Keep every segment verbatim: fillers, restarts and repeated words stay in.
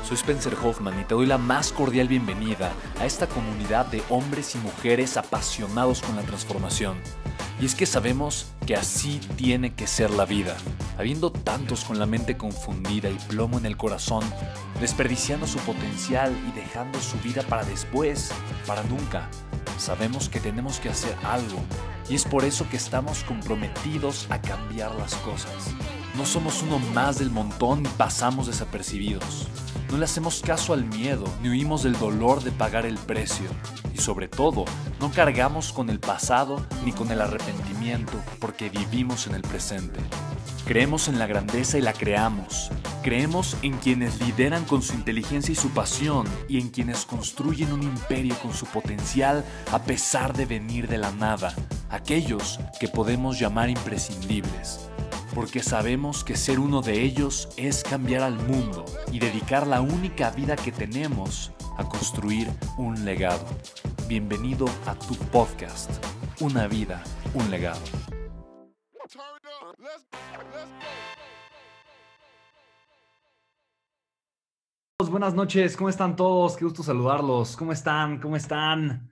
Soy Spencer Hoffman y te doy la más cordial bienvenida a esta comunidad de hombres y mujeres apasionados con la transformación. Y es que sabemos que así tiene que ser la vida, habiendo tantos con la mente confundida y plomo en el corazón, desperdiciando su potencial y dejando su vida para después, para nunca. Sabemos que tenemos que hacer algo y es por eso que estamos comprometidos a cambiar las cosas. No somos uno más del montón y pasamos desapercibidos. No le hacemos caso al miedo ni huimos del dolor de pagar el precio. Y sobre todo, no cargamos con el pasado ni con el arrepentimiento porque vivimos en el presente. Creemos en la grandeza y la creamos. Creemos en quienes lideran con su inteligencia y su pasión y en quienes construyen un imperio con su potencial a pesar de venir de la nada. Aquellos que podemos llamar imprescindibles. Porque sabemos que ser uno de ellos es cambiar al mundo y dedicar la única vida que tenemos a construir un legado. Bienvenido a tu podcast, Una vida, un legado. Buenas noches, ¿cómo están todos? Qué gusto saludarlos. ¿Cómo están? ¿Cómo están?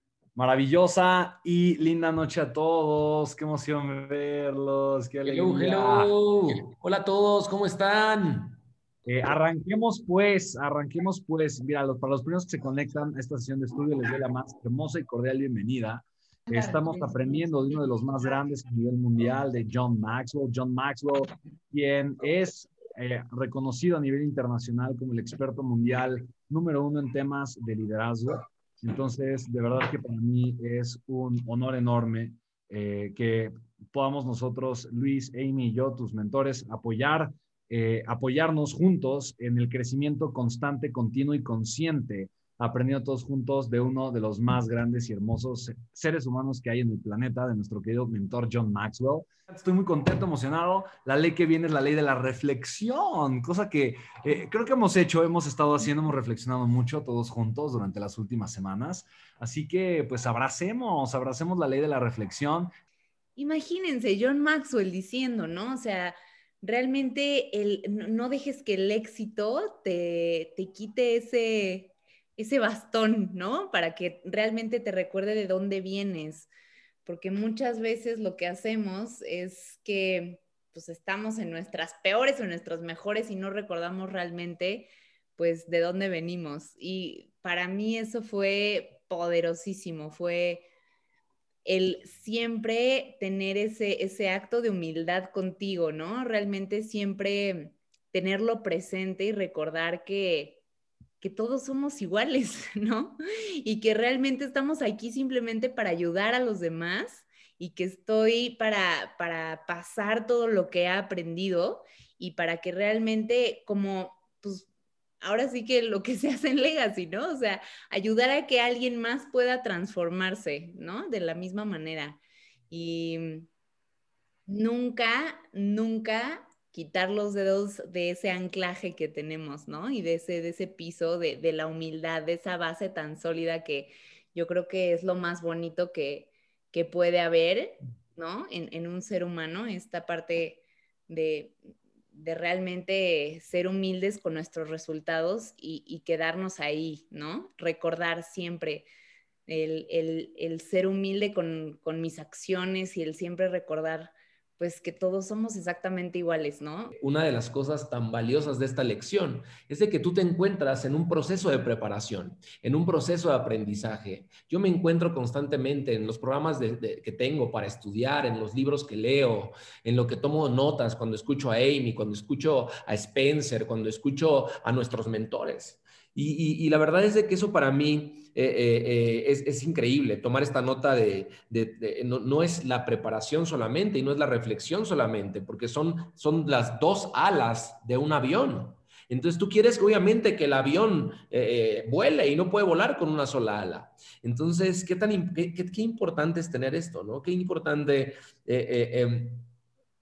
Maravillosa y linda noche a todos. Qué emoción verlos. Qué Hello, alegría. hello. Hola a todos, ¿cómo están? Eh, arranquemos pues, arranquemos pues. Mira, los, para los primeros que se conectan a esta sesión de estudio les doy la más hermosa y cordial bienvenida. Estamos aprendiendo de uno de los más grandes a nivel mundial, de John Maxwell. John Maxwell, quien es eh, reconocido a nivel internacional como el experto mundial número uno en temas de liderazgo. Entonces, de verdad que para mí es un honor enorme eh, que podamos nosotros, Luis, Amy y yo, tus mentores, apoyar, eh, apoyarnos juntos en el crecimiento constante, continuo y consciente, aprendiendo todos juntos de uno de los más grandes y hermosos seres humanos que hay en el planeta, de nuestro querido mentor John Maxwell. Estoy muy contento, emocionado. La ley que viene es la ley de la reflexión, cosa que eh, creo que hemos hecho, hemos estado haciendo, hemos reflexionado mucho todos juntos durante las últimas semanas. Así que pues abracemos, abracemos la ley de la reflexión. Imagínense, John Maxwell diciendo, ¿no? O sea, realmente el, no dejes que el éxito te, te quite ese, ese bastón, ¿no? Para que realmente te recuerde de dónde vienes. Porque muchas veces lo que hacemos es que pues estamos en nuestras peores o en nuestras mejores y no recordamos realmente pues de dónde venimos. Y para mí eso fue poderosísimo, fue el siempre tener ese, ese acto de humildad contigo, ¿no? Realmente siempre tenerlo presente y recordar que, que todos somos iguales, ¿no? Y que realmente estamos aquí simplemente para ayudar a los demás y que estoy para, para pasar todo lo que he aprendido y para que realmente como, pues, ahora sí que lo que se hace en Legacy, ¿no? O sea, ayudar a que alguien más pueda transformarse, ¿no? De la misma manera. Y nunca, nunca quitar los dedos de ese anclaje que tenemos, ¿no? Y de ese, de ese piso, de, de la humildad, de esa base tan sólida que yo creo que es lo más bonito que, que puede haber, ¿no? En, en un ser humano, esta parte de, de realmente ser humildes con nuestros resultados y, y quedarnos ahí, ¿no? Recordar siempre el, el, el ser humilde con, con mis acciones y el siempre recordar pues que todos somos exactamente iguales, ¿no? Una de las cosas tan valiosas de esta lección es de que tú te encuentras en un proceso de preparación, en un proceso de aprendizaje. Yo me encuentro constantemente en los programas de, de, que tengo para estudiar, en los libros que leo, en lo que tomo notas cuando escucho a Amy, cuando escucho a Spencer, cuando escucho a nuestros mentores. Y, y, y la verdad es de que eso para mí eh, eh, es, es increíble, tomar esta nota de, de, de no, no es la preparación solamente y no es la reflexión solamente, porque son, son las dos alas de un avión. Entonces tú quieres obviamente que el avión eh, vuele y no puede volar con una sola ala. Entonces, ¿qué, tan, qué, qué, qué importante es tener esto, ¿no? Qué importante... Eh, eh, eh,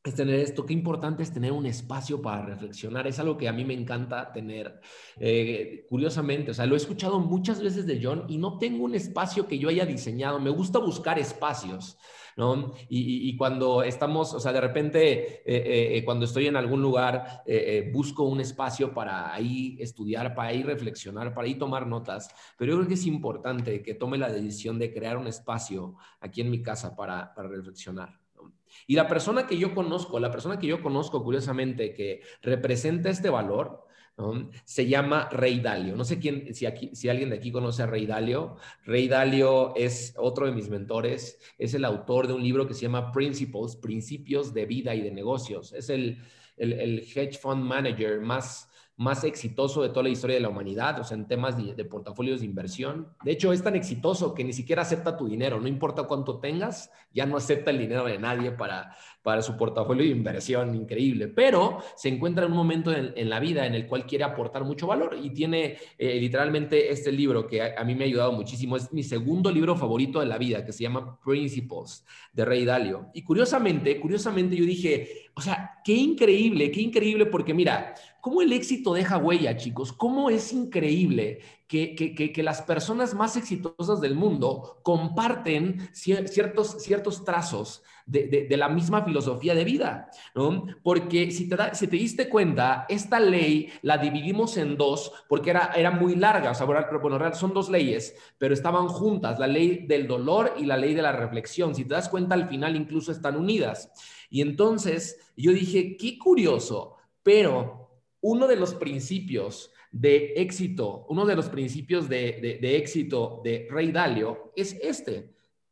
es tener esto. Qué importante es tener un espacio para reflexionar. Es algo que a mí me encanta tener. Eh, curiosamente, o sea, lo he escuchado muchas veces de John y no tengo un espacio que yo haya diseñado. Me gusta buscar espacios, ¿no? Y, y, y cuando estamos, o sea, de repente, eh, eh, cuando estoy en algún lugar, eh, eh, busco un espacio para ahí estudiar, para ahí reflexionar, para ahí tomar notas. Pero yo creo que es importante que tome la decisión de crear un espacio aquí en mi casa para, para reflexionar. Y la persona que yo conozco, la persona que yo conozco, curiosamente, que representa este valor, ¿no? Se llama Ray Dalio. No sé quién, si, aquí, si alguien de aquí conoce a Ray Dalio. Ray Dalio es otro de mis mentores. Es el autor de un libro que se llama Principles, Principios de Vida y de Negocios. Es el, el, el hedge fund manager más, más exitoso de toda la historia de la humanidad, o sea, en temas de, de portafolios de inversión. De hecho, es tan exitoso que ni siquiera acepta tu dinero. No importa cuánto tengas, ya no acepta el dinero de nadie para, para su portafolio de inversión. Increíble. Pero se encuentra en un momento en, en la vida en el cual quiere aportar mucho valor y tiene eh, literalmente este libro que a, a mí me ha ayudado muchísimo. Es mi segundo libro favorito de la vida, que se llama Principles, de Ray Dalio. Y curiosamente, curiosamente yo dije, o sea, qué increíble, qué increíble, porque mira, cómo el éxito deja huella, chicos, cómo es increíble que, que, que, que las personas más exitosas del mundo comparten ciertos, ciertos trazos de, de, de la misma filosofía de vida, ¿no? Porque si te, da, si te diste cuenta, esta ley la dividimos en dos porque era, era muy larga, o sea, bueno, son dos leyes, pero estaban juntas, la ley del dolor y la ley de la reflexión. Si te das cuenta, al final incluso están unidas. Y entonces yo dije, qué curioso, pero uno de los principios de éxito, uno de los principios de, de, de éxito de Ray Dalio es este: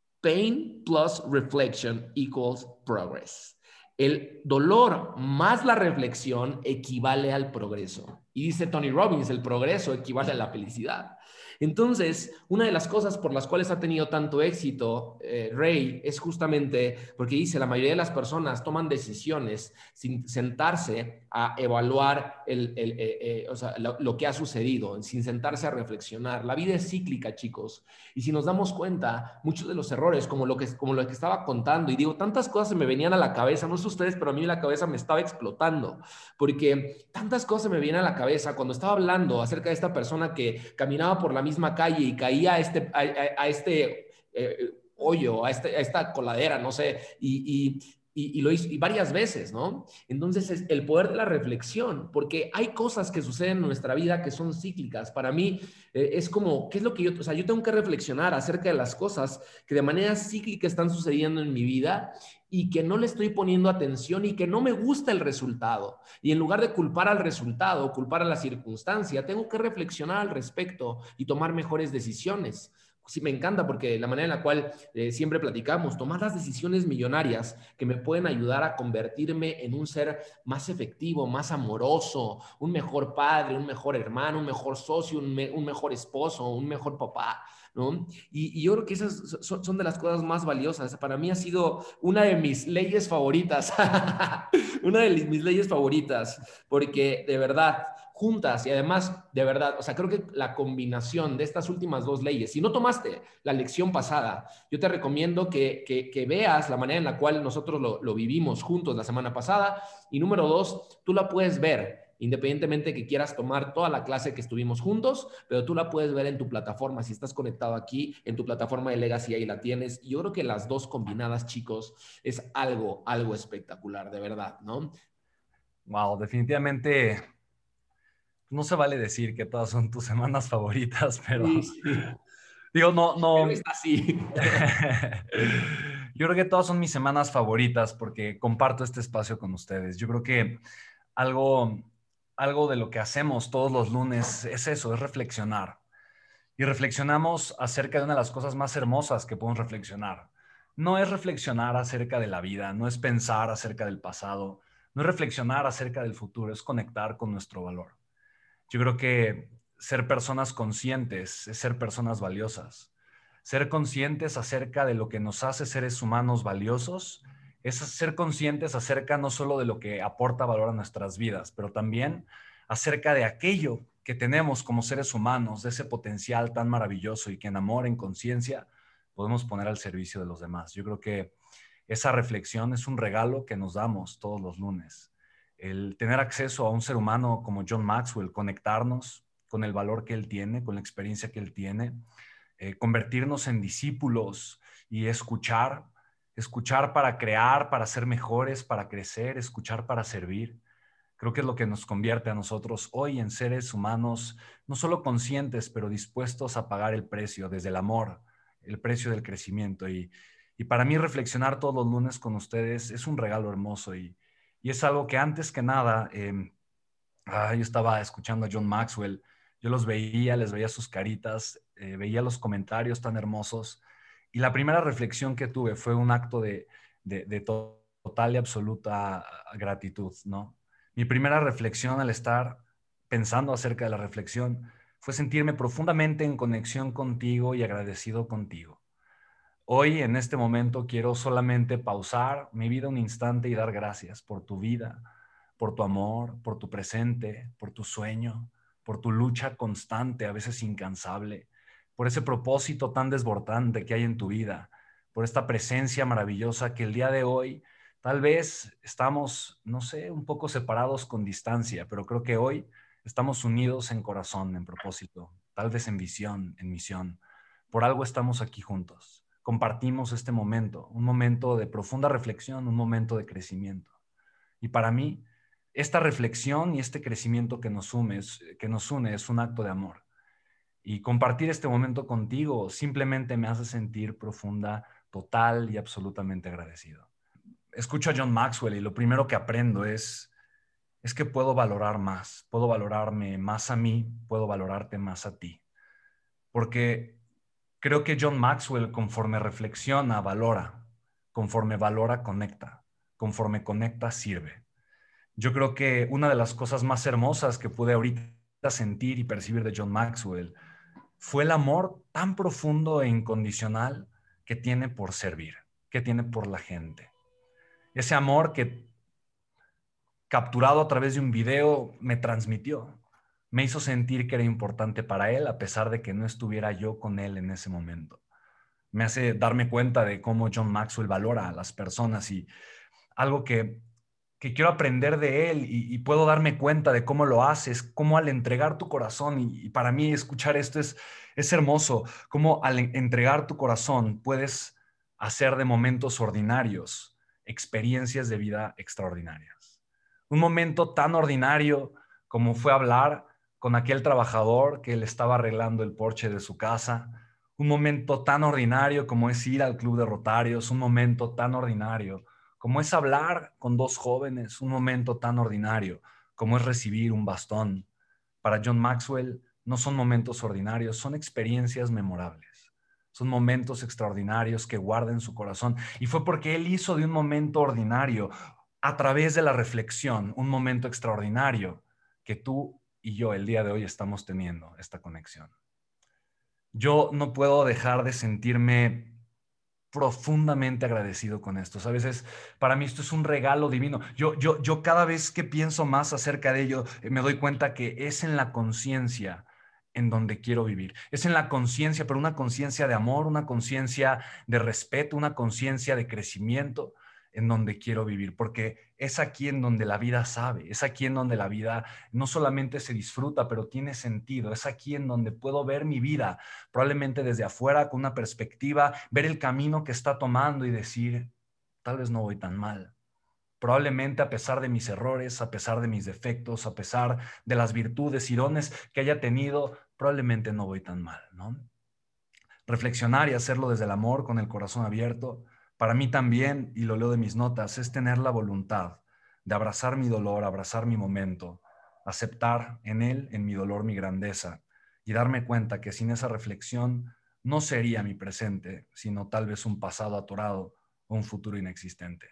pain plus reflection equals progress. El dolor más la reflexión equivale al progreso. Y dice Tony Robbins, el progreso equivale a la felicidad. Entonces, una de las cosas por las cuales ha tenido tanto éxito eh, Ray es justamente porque dice, la mayoría de las personas toman decisiones sin sentarse a evaluar el, el, eh, eh, o sea, lo, lo que ha sucedido, sin sentarse a reflexionar. La vida es cíclica, chicos. Y si nos damos cuenta, muchos de los errores, como lo que, como lo que estaba contando, y digo, tantas cosas se me venían a la cabeza, no sé ustedes, pero a mí la cabeza me estaba explotando, porque tantas cosas me vienen a la cabeza cuando estaba hablando acerca de esta persona que caminaba por la misma calle y caía a este, a, a, a este eh, hoyo, a, este, a esta coladera, no sé, y, y Y, y lo hizo y varias veces, ¿no? Entonces es el poder de la reflexión, porque hay cosas que suceden en nuestra vida que son cíclicas. Para mí eh, es como, ¿qué es lo que yo, o sea, yo tengo que reflexionar acerca de las cosas que de manera cíclica están sucediendo en mi vida y que no le estoy poniendo atención y que no me gusta el resultado. Y en lugar de culpar al resultado, culpar a la circunstancia, tengo que reflexionar al respecto y tomar mejores decisiones. Sí, me encanta porque la manera en la cual eh, siempre platicamos, tomar las decisiones millonarias que me pueden ayudar a convertirme en un ser más efectivo, más amoroso, un mejor padre, un mejor hermano, un mejor socio, un, me, un mejor esposo, un mejor papá, ¿no? Y, y yo creo que esas son, son de las cosas más valiosas. Para mí ha sido una de mis leyes favoritas, una de mis leyes favoritas, porque de verdad, juntas y además, de verdad, o sea, creo que la combinación de estas últimas dos leyes, si no tomaste la lección pasada, yo te recomiendo que, que, que veas la manera en la cual nosotros lo, lo vivimos juntos la semana pasada, y número dos, tú la puedes ver, independientemente que quieras tomar toda la clase que estuvimos juntos, pero tú la puedes ver en tu plataforma, si estás conectado aquí, en tu plataforma de Legacy, ahí la tienes, y yo creo que las dos combinadas, chicos, es algo, algo espectacular, de verdad, ¿no? Wow, definitivamente no se vale decir que todas son tus semanas favoritas, pero sí, sí. Digo, no, no. Pero está así. Yo creo que todas son mis semanas favoritas porque comparto este espacio con ustedes. Yo creo que algo, algo de lo que hacemos todos los lunes es eso, es reflexionar. Y reflexionamos acerca de una de las cosas más hermosas que podemos reflexionar. No es reflexionar acerca de la vida, no es pensar acerca del pasado, no es reflexionar acerca del futuro, es conectar con nuestro valor. Yo creo que ser personas conscientes es ser personas valiosas. Ser conscientes acerca de lo que nos hace seres humanos valiosos es ser conscientes acerca no solo de lo que aporta valor a nuestras vidas, pero también acerca de aquello que tenemos como seres humanos, de ese potencial tan maravilloso y que en amor, en conciencia, podemos poner al servicio de los demás. Yo creo que esa reflexión es un regalo que nos damos todos los lunes. El tener acceso a un ser humano como John Maxwell, conectarnos con el valor que él tiene, con la experiencia que él tiene, eh, convertirnos en discípulos y escuchar, escuchar para crear, para ser mejores, para crecer, escuchar para servir. Creo que es lo que nos convierte a nosotros hoy en seres humanos, no solo conscientes, pero dispuestos a pagar el precio desde el amor, el precio del crecimiento. Y, y para mí reflexionar todos los lunes con ustedes es un regalo hermoso y, y es algo que antes que nada, eh, ah, yo estaba escuchando a John Maxwell, yo los veía, les veía sus caritas, eh, veía los comentarios tan hermosos y la primera reflexión que tuve fue un acto de, de, de total y absoluta gratitud, ¿no? Mi primera reflexión al estar pensando acerca de la reflexión fue sentirme profundamente en conexión contigo y agradecido contigo. Hoy, en este momento, quiero solamente pausar mi vida un instante y dar gracias por tu vida, por tu amor, por tu presente, por tu sueño, por tu lucha constante, a veces incansable, por ese propósito tan desbordante que hay en tu vida, por esta presencia maravillosa que el día de hoy tal vez estamos, no sé, un poco separados con distancia, pero creo que hoy estamos unidos en corazón, en propósito, tal vez en visión, en misión. Por algo estamos aquí juntos. Compartimos este momento, un momento de profunda reflexión, un momento de crecimiento. Y para mí, esta reflexión y este crecimiento que nos une, que nos une es un acto de amor. Y compartir este momento contigo simplemente me hace sentir profunda, total y absolutamente agradecido. Escucho a John Maxwell y lo primero que aprendo es, es que puedo valorar más, puedo valorarme más a mí, puedo valorarte más a ti. Porque creo que John Maxwell, conforme reflexiona, valora, conforme valora, conecta, conforme conecta, sirve. Yo creo que una de las cosas más hermosas que pude ahorita sentir y percibir de John Maxwell fue el amor tan profundo e incondicional que tiene por servir, que tiene por la gente. Ese amor que, capturado a través de un video, me transmitió. Me hizo sentir que era importante para él, a pesar de que no estuviera yo con él en ese momento. Me hace darme cuenta de cómo John Maxwell valora a las personas y algo que, que quiero aprender de él y, y puedo darme cuenta de cómo lo haces, cómo al entregar tu corazón, y, y para mí escuchar esto es, es hermoso, cómo al entregar tu corazón puedes hacer de momentos ordinarios experiencias de vida extraordinarias. Un momento tan ordinario como fue hablar con aquel trabajador que le estaba arreglando el porche de su casa, un momento tan ordinario como es ir al club de Rotarios, un momento tan ordinario como es hablar con dos jóvenes, un momento tan ordinario como es recibir un bastón. Para John Maxwell no son momentos ordinarios, son experiencias memorables. Son momentos extraordinarios que guarda en su corazón. Y fue porque él hizo de un momento ordinario, a través de la reflexión, un momento extraordinario que tú y yo el día de hoy estamos teniendo esta conexión. Yo no puedo dejar de sentirme profundamente agradecido con esto. A veces para mí esto es un regalo divino. Yo, yo, yo cada vez que pienso más acerca de ello, me doy cuenta que es en la conciencia en donde quiero vivir. Es en la conciencia, pero una conciencia de amor, una conciencia de respeto, una conciencia de crecimiento en donde quiero vivir, porque es aquí en donde la vida sabe, es aquí en donde la vida no solamente se disfruta, pero tiene sentido, es aquí en donde puedo ver mi vida, probablemente desde afuera, con una perspectiva, ver el camino que está tomando y decir, tal vez no voy tan mal. Probablemente a pesar de mis errores, a pesar de mis defectos, a pesar de las virtudes y dones que haya tenido, probablemente no voy tan mal, ¿no? Reflexionar y hacerlo desde el amor, con el corazón abierto, para mí también, y lo leo de mis notas, es tener la voluntad de abrazar mi dolor, abrazar mi momento, aceptar en él, en mi dolor, mi grandeza, y darme cuenta que sin esa reflexión no sería mi presente, sino tal vez un pasado atorado o un futuro inexistente.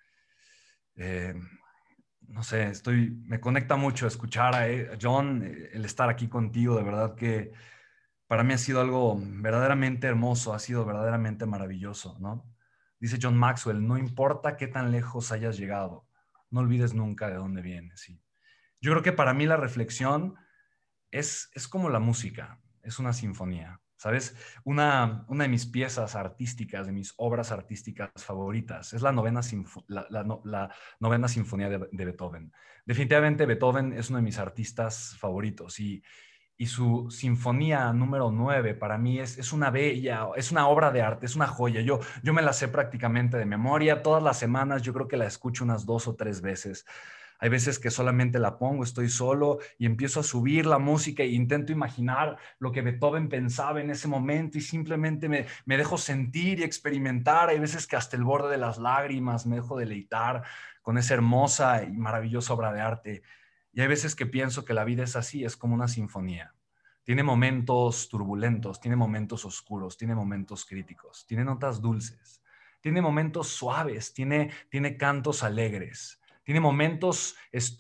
Eh, no sé, estoy, me conecta mucho escuchar a John, el estar aquí contigo, de verdad que para mí ha sido algo verdaderamente hermoso, ha sido verdaderamente maravilloso, ¿no? Dice John Maxwell, no importa qué tan lejos hayas llegado, no olvides nunca de dónde vienes. ¿Sí? Yo creo que para mí la reflexión es, es como la música, es una sinfonía. ¿Sabes? Una, una de mis piezas artísticas, de mis obras artísticas favoritas, es la novena, sinfo la, la, no, la novena sinfonía de, de Beethoven. Definitivamente Beethoven es uno de mis artistas favoritos y, y su sinfonía número nueve para mí es, es una bella, es una obra de arte, es una joya. Yo, yo me la sé prácticamente de memoria. Todas las semanas yo creo que la escucho unas dos o tres veces. Hay veces que solamente la pongo, estoy solo y empiezo a subir la música e intento imaginar lo que Beethoven pensaba en ese momento y simplemente me, me dejo sentir y experimentar. Hay veces que hasta el borde de las lágrimas me dejo deleitar con esa hermosa y maravillosa obra de arte. Y hay veces que pienso que la vida es así, es como una sinfonía. Tiene momentos turbulentos, tiene momentos oscuros, tiene momentos críticos, tiene notas dulces, tiene momentos suaves, tiene, tiene cantos alegres. Tiene momentos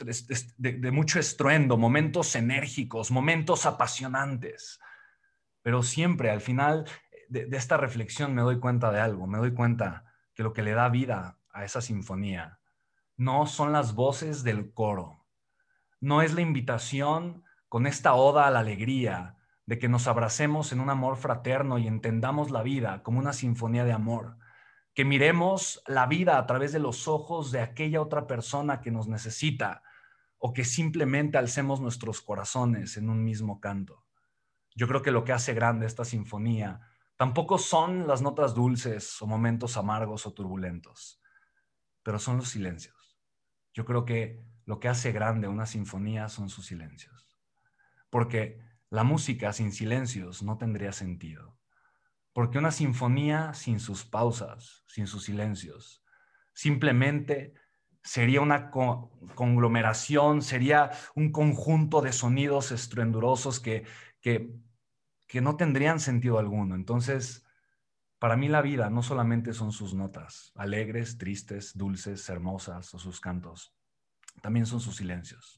de, de mucho estruendo, momentos enérgicos, momentos apasionantes. Pero siempre al final de, de esta reflexión me doy cuenta de algo. Me doy cuenta que lo que le da vida a esa sinfonía no son las voces del coro. No es la invitación con esta oda a la alegría de que nos abracemos en un amor fraterno y entendamos la vida como una sinfonía de amor. Que miremos la vida a través de los ojos de aquella otra persona que nos necesita o que simplemente alcemos nuestros corazones en un mismo canto. Yo creo que lo que hace grande esta sinfonía tampoco son las notas dulces o momentos amargos o turbulentos, pero son los silencios. Yo creo que lo que hace grande una sinfonía son sus silencios, porque la música sin silencios no tendría sentido. Porque una sinfonía sin sus pausas, sin sus silencios, simplemente sería una co conglomeración, sería un conjunto de sonidos estruendosos que, que, que no tendrían sentido alguno. Entonces, para mí la vida no solamente son sus notas, alegres, tristes, dulces, hermosas, o sus cantos, también son sus silencios.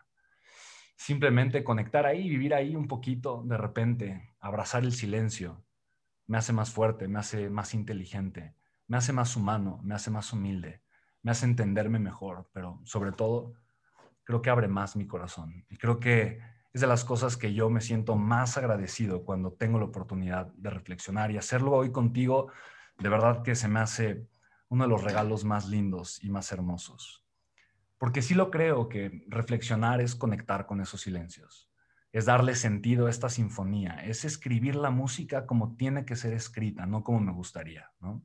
Simplemente conectar ahí, vivir ahí un poquito, de repente, abrazar el silencio, me hace más fuerte, me hace más inteligente, me hace más humano, me hace más humilde, me hace entenderme mejor, pero sobre todo creo que abre más mi corazón. Y creo que es de las cosas que yo me siento más agradecido cuando tengo la oportunidad de reflexionar y hacerlo hoy contigo. De verdad que se me hace uno de los regalos más lindos y más hermosos. Porque sí lo creo que reflexionar es conectar con esos silencios. Es darle sentido a esta sinfonía, es escribir la música como tiene que ser escrita, no como me gustaría, ¿no?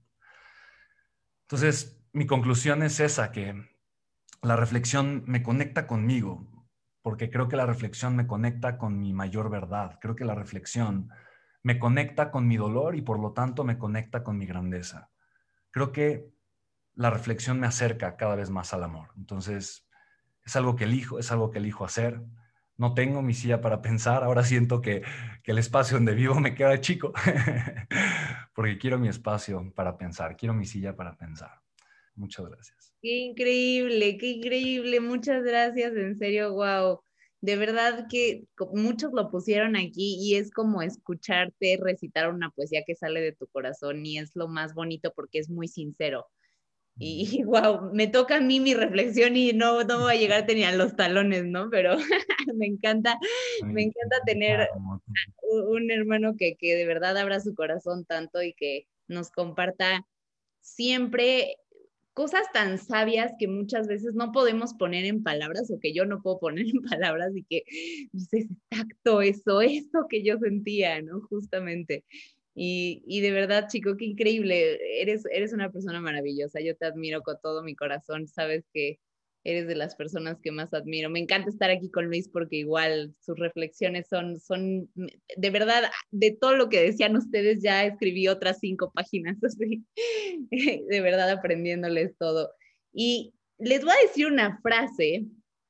Entonces, mi conclusión es esa, que la reflexión me conecta conmigo, porque creo que la reflexión me conecta con mi mayor verdad. Creo que la reflexión me conecta con mi dolor y por lo tanto me conecta con mi grandeza. Creo que la reflexión me acerca cada vez más al amor. Entonces, es algo que elijo, es algo que elijo hacer. No tengo mi silla para pensar. Ahora siento que, que el espacio donde vivo me queda chico porque quiero mi espacio para pensar, quiero mi silla para pensar. Muchas gracias. Qué increíble, qué increíble. Muchas gracias, en serio, wow. De verdad que muchos lo pusieron aquí y es como escucharte recitar una poesía que sale de tu corazón y es lo más bonito porque es muy sincero. Y, y wow, me toca a mí mi reflexión y no, no voy a llegarte ni a los talones, ¿no? Pero me encanta, me encanta tener un hermano que, que de verdad abra su corazón tanto y que nos comparta siempre cosas tan sabias que muchas veces no podemos poner en palabras o que yo no puedo poner en palabras y que dices, exacto, eso, eso que yo sentía, ¿no? Justamente. Y, y de verdad, chico, qué increíble. Eres, eres una persona maravillosa. Yo te admiro con todo mi corazón. Sabes que eres de las personas que más admiro. Me encanta estar aquí con Luis porque igual sus reflexiones son, son de verdad, de todo lo que decían ustedes, ya escribí otras cinco páginas, así, de verdad aprendiéndoles todo. Y les voy a decir una frase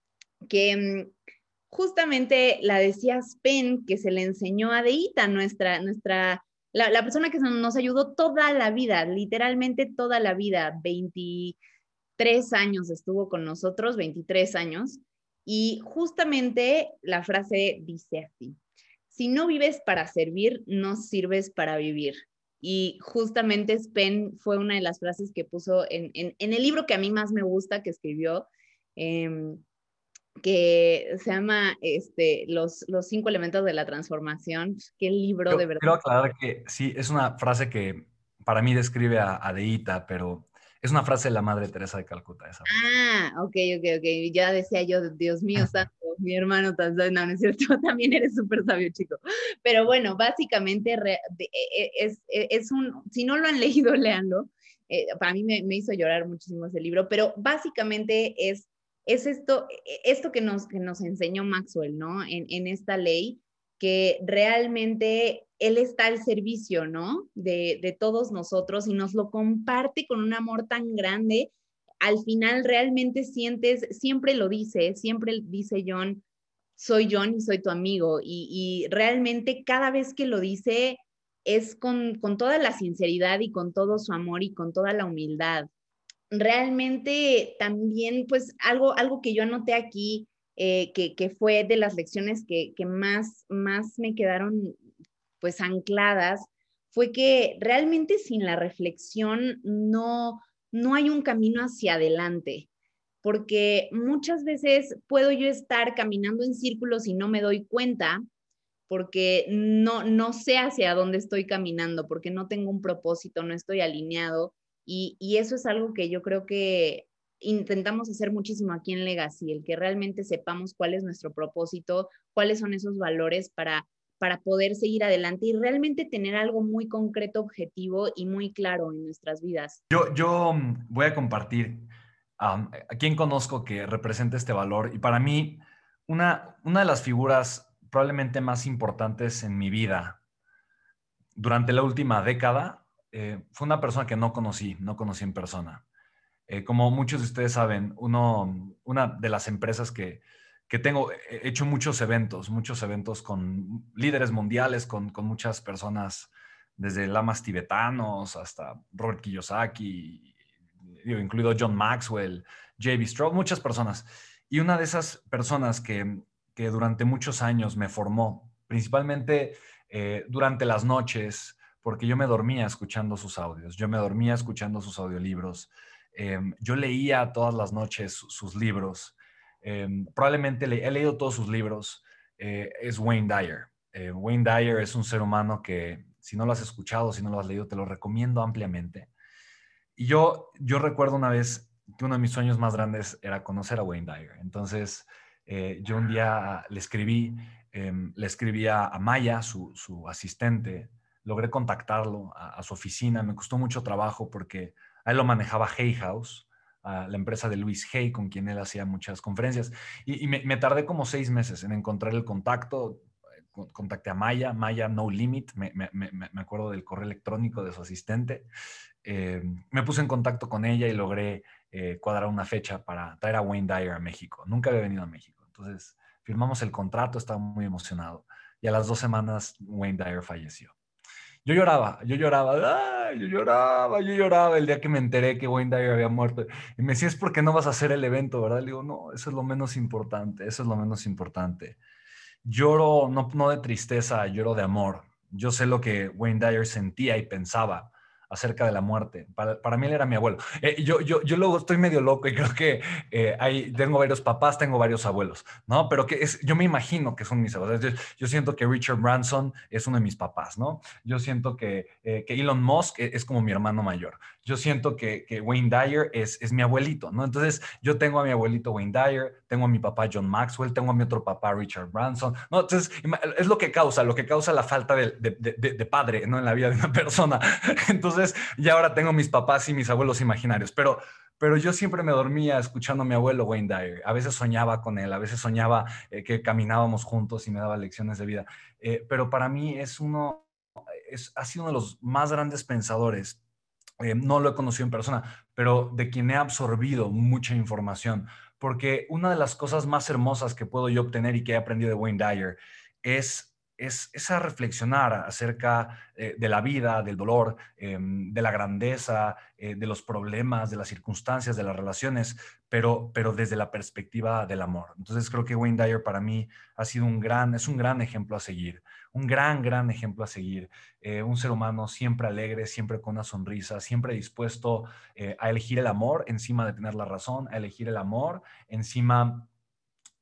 que justamente la decía Spen, que se le enseñó a Deita, nuestra, nuestra, la, la persona que nos ayudó toda la vida, literalmente toda la vida, veintitrés años estuvo con nosotros, veintitrés años, y justamente la frase dice así: si no vives para servir, no sirves para vivir. Y justamente Spen fue una de las frases que puso en, en, en el libro que a mí más me gusta, que escribió, eh, que se llama este, los, los cinco elementos de la transformación. Qué libro, Yo de verdad. quiero aclarar que sí, es una frase que para mí describe a, a Deíta, pero es una frase de la Madre Teresa de Calcuta, esa frase. Ah, ok, ok, ok. Ya decía yo, Dios mío santo, mi hermano tan sabio. No, no es cierto, también eres súper sabio, chico. Pero bueno, básicamente re, de, es, es un, si no lo han leído, léanlo. Eh, para mí me, me hizo llorar muchísimo ese libro, pero básicamente es, es esto, esto que nos, que nos enseñó Maxwell, ¿no? En, en esta ley, que realmente él está al servicio, ¿no? De, de todos nosotros y nos lo comparte con un amor tan grande. Al final realmente sientes, siempre lo dice, siempre dice John, soy John y soy tu amigo. Y, y realmente cada vez que lo dice es con, con toda la sinceridad y con todo su amor y con toda la humildad. Realmente también, pues algo, algo que yo anoté aquí, eh, que, que fue de las lecciones que, que más, más me quedaron pues ancladas, fue que realmente sin la reflexión no, no hay un camino hacia adelante, porque muchas veces puedo yo estar caminando en círculos y no me doy cuenta, porque no, no sé hacia dónde estoy caminando, porque no tengo un propósito, no estoy alineado, y, y eso es algo que yo creo que intentamos hacer muchísimo aquí en Legacy, el que realmente sepamos cuál es nuestro propósito, cuáles son esos valores para, para poder seguir adelante y realmente tener algo muy concreto, objetivo y muy claro en nuestras vidas. Yo, yo mm, voy a compartir um, a quien conozco que representa este valor y para mí una, una de las figuras probablemente más importantes en mi vida durante la última década eh, fue una persona que no conocí, no conocí en persona. Eh, como muchos de ustedes saben, uno, una de las empresas que, que tengo, he hecho muchos eventos, muchos eventos con líderes mundiales, con, con muchas personas, desde lamas tibetanos hasta Robert Kiyosaki, digo, incluido John Maxwell, J B. Stroll, muchas personas. Y una de esas personas que, que durante muchos años me formó, principalmente eh, durante las noches, porque yo me dormía escuchando sus audios, yo me dormía escuchando sus audiolibros, eh, yo leía todas las noches sus libros, eh, probablemente le, he leído todos sus libros, eh, es Wayne Dyer. Eh, Wayne Dyer es un ser humano que si no lo has escuchado, si no lo has leído, te lo recomiendo ampliamente. Y yo, yo recuerdo una vez que uno de mis sueños más grandes era conocer a Wayne Dyer. Entonces, eh, yo un día le escribí, eh, le escribí a, a Maya, su, su asistente, logré contactarlo a, a su oficina. Me costó mucho trabajo porque a él lo manejaba Hay House, a la empresa de Louis Hay, con quien él hacía muchas conferencias. Y, y me, me tardé como seis meses en encontrar el contacto. Contacté a Maya, Maya No Limit, me, me, me, me acuerdo del correo electrónico de su asistente. Eh, me puse en contacto con ella y logré eh, cuadrar una fecha para traer a Wayne Dyer a México. Nunca había venido a México. Entonces firmamos el contrato, estaba muy emocionado. Y a las dos semanas Wayne Dyer falleció. Yo lloraba, yo lloraba, ¡ay! yo lloraba, yo lloraba el día que me enteré que Wayne Dyer había muerto. Y me decía, es porque no vas a hacer el evento, ¿verdad? Le digo, no, eso es lo menos importante, eso es lo menos importante. Lloro no, no de tristeza, lloro de amor. Yo sé lo que Wayne Dyer sentía y pensaba acerca de la muerte. Para, para mí él era mi abuelo. Eh, yo, yo, yo luego estoy medio loco y creo que eh, hay, tengo varios papás, tengo varios abuelos, ¿no? Pero que es, yo me imagino que son mis abuelos. Yo, yo siento que Richard Branson es uno de mis papás, ¿no? Yo siento que, eh, que Elon Musk es como mi hermano mayor. Yo siento que, que Wayne Dyer es, es mi abuelito, ¿no? Entonces yo tengo a mi abuelito Wayne Dyer, tengo a mi papá John Maxwell, tengo a mi otro papá Richard Branson, ¿no? Entonces es lo que causa, lo que causa la falta de, de, de, de padre, ¿no? En la vida de una persona. Entonces ya ahora tengo mis papás y mis abuelos imaginarios, pero... Pero yo siempre me dormía escuchando a mi abuelo Wayne Dyer. A veces soñaba con él, a veces soñaba eh, que caminábamos juntos y me daba lecciones de vida. Eh, pero para mí es uno, es, ha sido uno de los más grandes pensadores. Eh, no lo he conocido en persona, pero de quien he absorbido mucha información. Porque una de las cosas más hermosas que puedo yo obtener y que he aprendido de Wayne Dyer es Es, es a reflexionar acerca eh, de la vida, del dolor, eh, de la grandeza, eh, de los problemas, de las circunstancias, de las relaciones, pero, pero desde la perspectiva del amor. Entonces creo que Wayne Dyer para mí ha sido un gran, es un gran ejemplo a seguir, un gran, gran ejemplo a seguir. Eh, un ser humano siempre alegre, siempre con una sonrisa, siempre dispuesto eh, a elegir el amor encima de tener la razón, a elegir el amor encima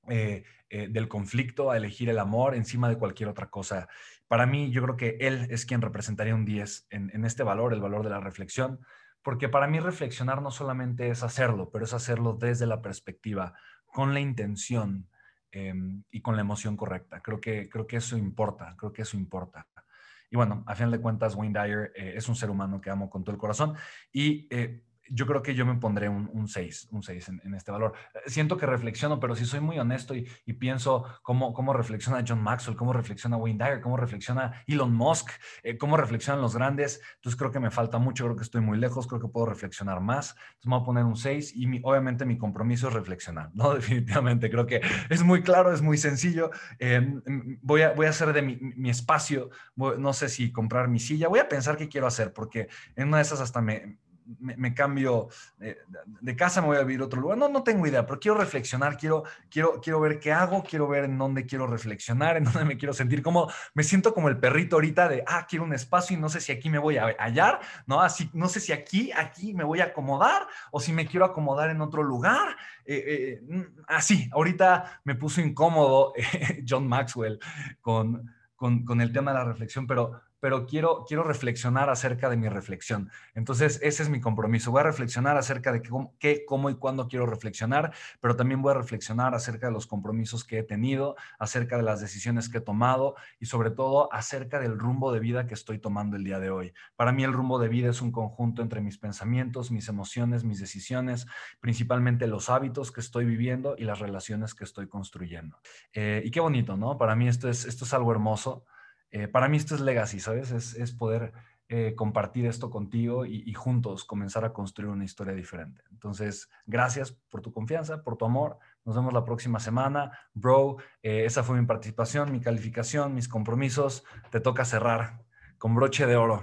eh, eh, del conflicto, a elegir el amor encima de cualquier otra cosa. Para mí, yo creo que él es quien representaría un diez en, en este valor, el valor de la reflexión, porque para mí reflexionar no solamente es hacerlo, pero es hacerlo desde la perspectiva, con la intención eh, y con la emoción correcta. Creo que, creo que eso importa, creo que eso importa. Y bueno, a final de cuentas, Wayne Dyer eh, es un ser humano que amo con todo el corazón y eh, yo creo que yo me pondré un seis, un seis en, en este valor. Siento que reflexiono, pero si soy muy honesto y, y pienso cómo, cómo reflexiona John Maxwell, cómo reflexiona Wayne Dyer, cómo reflexiona Elon Musk, eh, cómo reflexionan los grandes, entonces creo que me falta mucho, creo que estoy muy lejos, creo que puedo reflexionar más. Entonces me voy a poner un seis y mi, obviamente mi compromiso es reflexionar, ¿no? Definitivamente, creo que es muy claro, es muy sencillo. Eh, voy, a, voy a hacer de mi, mi espacio, voy, no sé si comprar mi silla, voy a pensar qué quiero hacer, porque en una de esas hasta me Me, me cambio eh, de casa, me voy a vivir a otro lugar. No, no tengo idea, pero quiero reflexionar, quiero, quiero, quiero ver qué hago, quiero ver en dónde quiero reflexionar, en dónde me quiero sentir, como me siento como el perrito ahorita de, ah, quiero un espacio y no sé si aquí me voy a hallar, ¿no? Así, no sé si aquí, aquí me voy a acomodar o si me quiero acomodar en otro lugar. Eh, eh, así, ahorita me puso incómodo eh, John Maxwell con, con, con el tema de la reflexión, pero... pero quiero, quiero reflexionar acerca de mi reflexión. Entonces, ese es mi compromiso. Voy a reflexionar acerca de qué, qué, cómo y cuándo quiero reflexionar, pero también voy a reflexionar acerca de los compromisos que he tenido, acerca de las decisiones que he tomado y sobre todo acerca del rumbo de vida que estoy tomando el día de hoy. Para mí el rumbo de vida es un conjunto entre mis pensamientos, mis emociones, mis decisiones, principalmente los hábitos que estoy viviendo y las relaciones que estoy construyendo. Eh, y qué bonito, ¿no? Para mí esto es, esto es algo hermoso. Eh, para mí esto es legacy, ¿sabes? Es, es poder eh, compartir esto contigo y, y juntos comenzar a construir una historia diferente. Entonces, gracias por tu confianza, por tu amor. Nos vemos la próxima semana. Bro, eh, esa fue mi participación, mi calificación, mis compromisos. Te toca cerrar con broche de oro.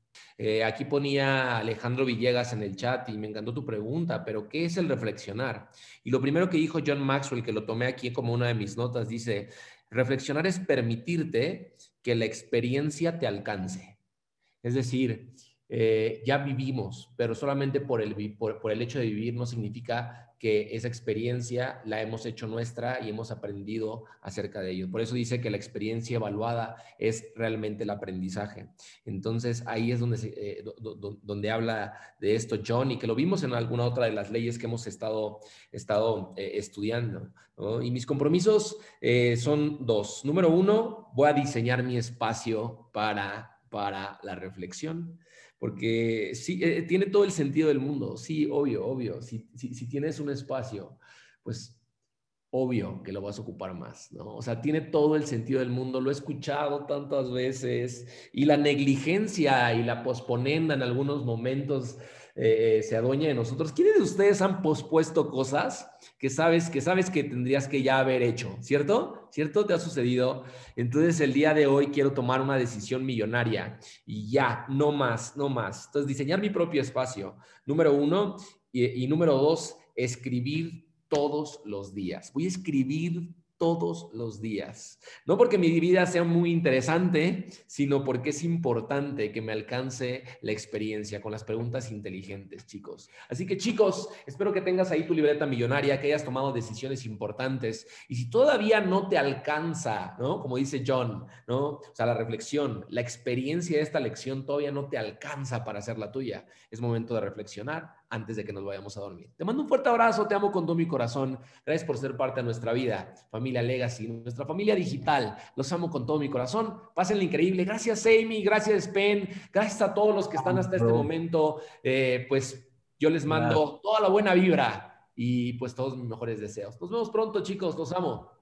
Eh, aquí ponía Alejandro Villegas en el chat y me encantó tu pregunta, pero ¿qué es el reflexionar? Y lo primero que dijo John Maxwell, que lo tomé aquí como una de mis notas, dice, reflexionar es permitirte que la experiencia te alcance. Es decir, eh, ya vivimos, pero solamente por el, por, por el hecho de vivir no significa que esa experiencia la hemos hecho nuestra y hemos aprendido acerca de ello. Por eso dice que la experiencia evaluada es realmente el aprendizaje. Entonces, ahí es donde, se, eh, do, do, donde habla de esto John, y que lo vimos en alguna otra de las leyes que hemos estado, estado eh, estudiando, ¿no? Y mis compromisos eh, son dos. Número uno, voy a diseñar mi espacio para para la reflexión, porque sí, eh, tiene todo el sentido del mundo, sí, obvio, obvio, si, si, si tienes un espacio, pues obvio que lo vas a ocupar más, ¿no? O sea, tiene todo el sentido del mundo, lo he escuchado tantas veces, y la negligencia y la posponenda en algunos momentos eh, se adueña de nosotros. ¿Quiénes de ustedes han pospuesto cosas que sabes, que sabes que tendrías que ya haber hecho? ¿Cierto? ¿Cierto? ¿Te ha sucedido? Entonces, el día de hoy quiero tomar una decisión millonaria y ya, no más, no más. Entonces, diseñar mi propio espacio, número uno, y, y número dos, escribir todos los días. Voy a escribir todos los días. No porque mi vida sea muy interesante, sino porque es importante que me alcance la experiencia con las preguntas inteligentes, chicos. Así que, chicos, espero que tengas ahí tu libreta millonaria, que hayas tomado decisiones importantes. Y si todavía no te alcanza, ¿no? Como dice John, ¿no? O sea, la reflexión, la experiencia de esta lección todavía no te alcanza para hacer la tuya. Es momento de reflexionar antes de que nos vayamos a dormir. Te mando un fuerte abrazo, te amo con todo mi corazón. Gracias por ser parte de nuestra vida, familia Legacy, nuestra familia digital. Los amo con todo mi corazón. Pásenle increíble. Gracias, Amy, gracias, Pen, gracias a todos los que están hasta este momento. Eh, pues yo les mando toda la buena vibra y pues todos mis mejores deseos. Nos vemos pronto, chicos. Los amo.